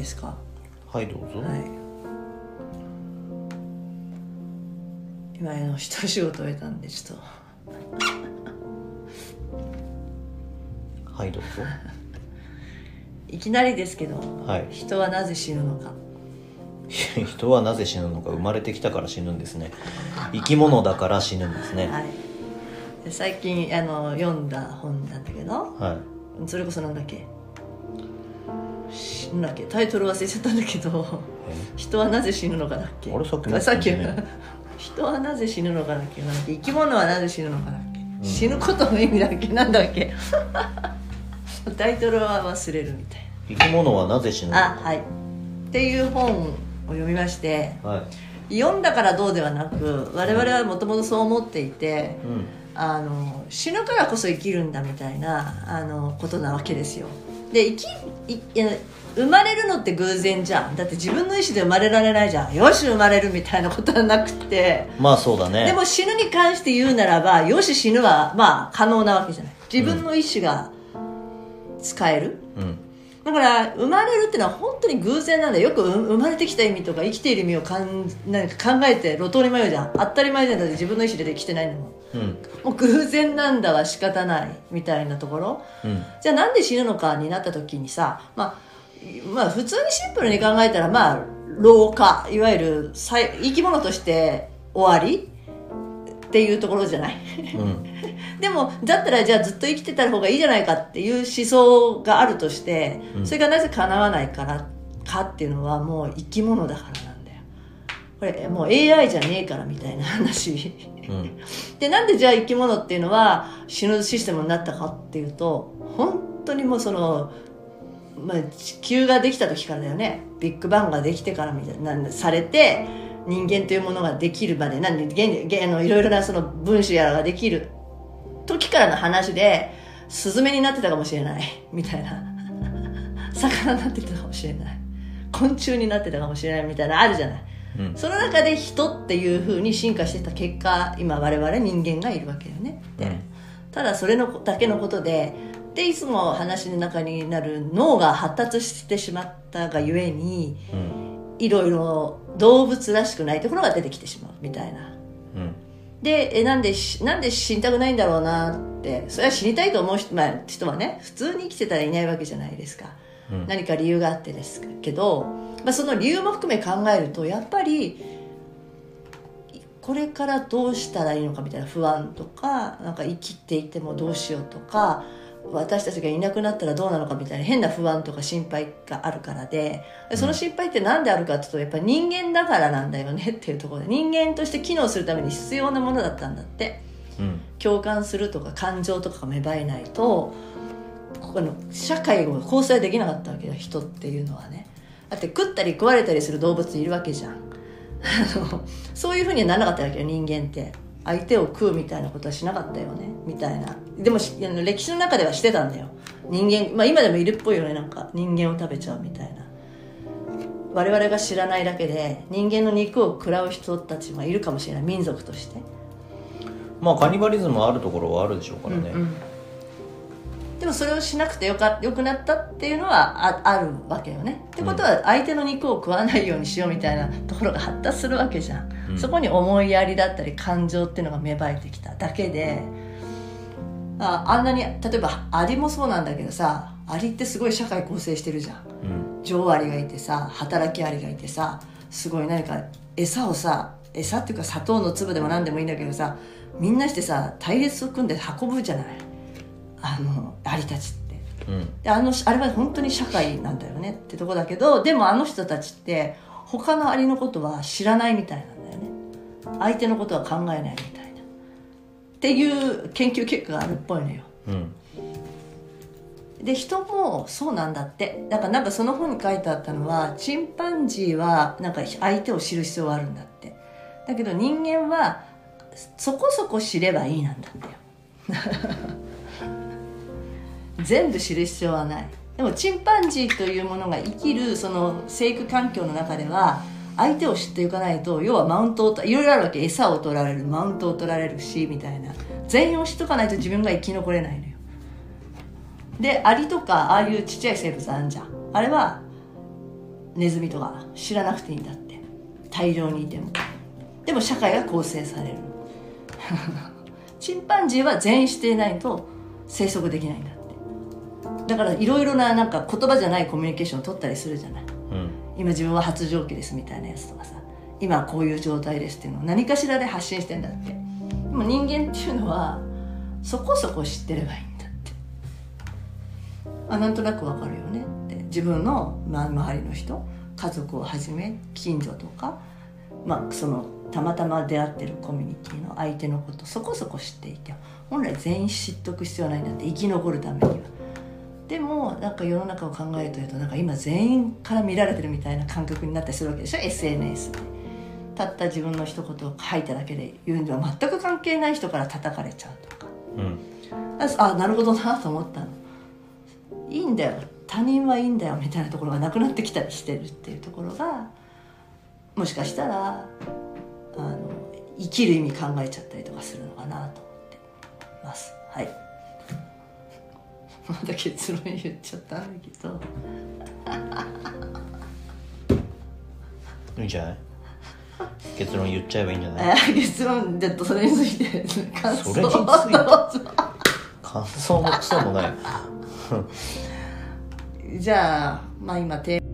ですか？ はい、どうぞ。 はい、今一仕事終えたんでちょっとはいどうぞ。 いきなりですけど、 はい、 人はなぜ死ぬのか。 人はなぜ死ぬのか。生まれてきたから死ぬんですね。生き物だから死ぬんですね。 はい、で最近読んだ本なんだけど、 はい、 それこそなんだっけタイトル忘れちゃったんだけど、人はなぜ死ぬのかだっけ。 あれさっき人はなぜ死ぬのかだっけ、生き物はなぜ死ぬのかだっけ、死ぬことの意味だっけ、なんだっけタイトルは忘れるみたいな。 生き物はなぜ死ぬのか。 はいっていう本を読みまして、 はい、 読んだからどうではなく、我々はもともとそう思っていて、死ぬからこそ生きるんだみたいなことなわけですよ。で生まれるのって偶然じゃん。だって自分の意思で生まれられないじゃん。よし生まれるみたいなことはなくて、 まあそうだね。 でも死ぬに関して言うならば、よし死ぬはまあ可能なわけじゃない。自分の意思が使える、だから生まれるってのは本当に偶然なんだよ。よく生まれてきた意味とか生きている意味をなんか考えて路頭に迷うじゃん。当たり前じゃん。だって自分の意思で生きてないんだもん、もう偶然なんだは仕方ないみたいなところ、じゃあなんで死ぬのかになった時にさ、まあ普通にシンプルに考えたら、まあ老化、いわゆる生き物として終わりっていうところじゃない、でもだったらじゃあずっと生きてた方がいいじゃないかっていう思想があるとして、それがなぜ叶わないからかっていうのは、もう生き物だからなんだよ。これもう AI じゃねえからみたいな話、でなんでじゃあ生き物っていうのは死ぬシステムになったかっていうと、本当にもう地球ができた時からだよね。ビッグバンができてからみたいなされて、人間というものができるまでいろいろなその分子やらができる時からの話で、スズメになってたかもしれないみたいな魚になってたかもしれない、昆虫になってたかもしれないみたいなあるじゃない、その中で人っていう風に進化してた結果、今我々人間がいるわけよね、ただそれだけのことで、いつも話の中になる脳が発達してしまったがゆえに、いろいろ動物らしくないところが出てきてしまうみたいな、でなんで死にたくないんだろうなって。それは死にたいと思う人はね、普通に生きてたらいないわけじゃないですか、何か理由があってですけど、その理由も含め考えると、やっぱりこれからどうしたらいいのかみたいな不安とか、なんか生きていてもどうしようとか、私たちがいなくなったらどうなのかみたいな変な不安とか心配があるからで、その心配って何であるかっていうと、やっぱり人間だからなんだよねっていうところで、人間として機能するために必要なものだったんだって、共感するとか感情とかが芽生えないと社会を構成できなかったわけよ、人っていうのはね。だって食ったり食われたりする動物いるわけじゃんそういうふうにはならなかったわけよ、人間って。相手を食うみたいなことはしなかったよねみたいな。でも歴史の中ではしてたんだよ、人間。今でもいるっぽいよね、なんか人間を食べちゃうみたいな。我々が知らないだけで人間の肉を食らう人たちもいるかもしれない、民族として。 まあカニバリズムあるところはあるでしょうからね、 でもそれをしなくてよくなったっていうのはあるわけよね。ってことは相手の肉を食わないようにしようみたいなところが発達するわけじゃん、そこに思いやりだったり感情っていうのが芽生えてきただけで、あんなに、例えばアリもそうなんだけどさ、アリってすごい社会構成してるじゃん、女王アリがいてさ、働きアリがいてさ、すごい何か餌っていうか砂糖の粒でも何でもいいんだけどさ、みんなしてさ隊列を組んで運ぶじゃない、アリたちって、であれは本当に社会なんだよねってとこだけど、でもあの人たちって他のアリのことは知らないみたいなんだよね。相手のことは考えないみたいなっていう研究結果があるっぽいのよ、で人もそうなんだって。だからなんかその本に書いてあったのは、チンパンジーはなんか相手を知る必要があるんだって。だけど人間はそこそこ知ればいいなんだってよ全部知る必要はない。でもチンパンジーというものが生きるその生育環境の中では、相手を知っていかないと、要はマウントをいろいろあるわけ。餌を取られる、マウントを取られるしみたいな、全員を知っとかないと自分が生き残れないのよ。でアリとかああいうちっちゃい生物あるじゃん、あれはネズミとか知らなくていいんだって。大量にいても。でも社会が構成されるチンパンジーは全員していないと生息できないんだって。だからいろいろななんか言葉じゃないコミュニケーションを取ったりするじゃない、今自分は発情期ですみたいなやつとかさ、今こういう状態ですっていうのを何かしらで発信してんだって。でも人間っていうのはそこそこ知ってればいいんだって。なんとなくわかるよねって。自分の周りの人、家族をはじめ近所とか、そのたまたま出会ってるコミュニティの相手のことそこそこ知っていて、本来全員知っとく必要はないんだって、生き残るためには。でもなんか世の中を考えてると、なんか今全員から見られてるみたいな感覚になったりするわけでしょ、 SNS で。たった自分の一言を書いただけで言うんでは全く関係ない人から叩かれちゃうとか、なるほどなと思ったの。いいんだよ、他人はいいんだよみたいなところがなくなってきたりしてるっていうところが、もしかしたら生きる意味考えちゃったりとかするのかなと思ってます。はいまた結論言っちゃったんだけどいいんじゃない？結論言っちゃえばいいんじゃない？ 結論だとそれについて感想。 それについて感想もクソもないじゃあ今テーマ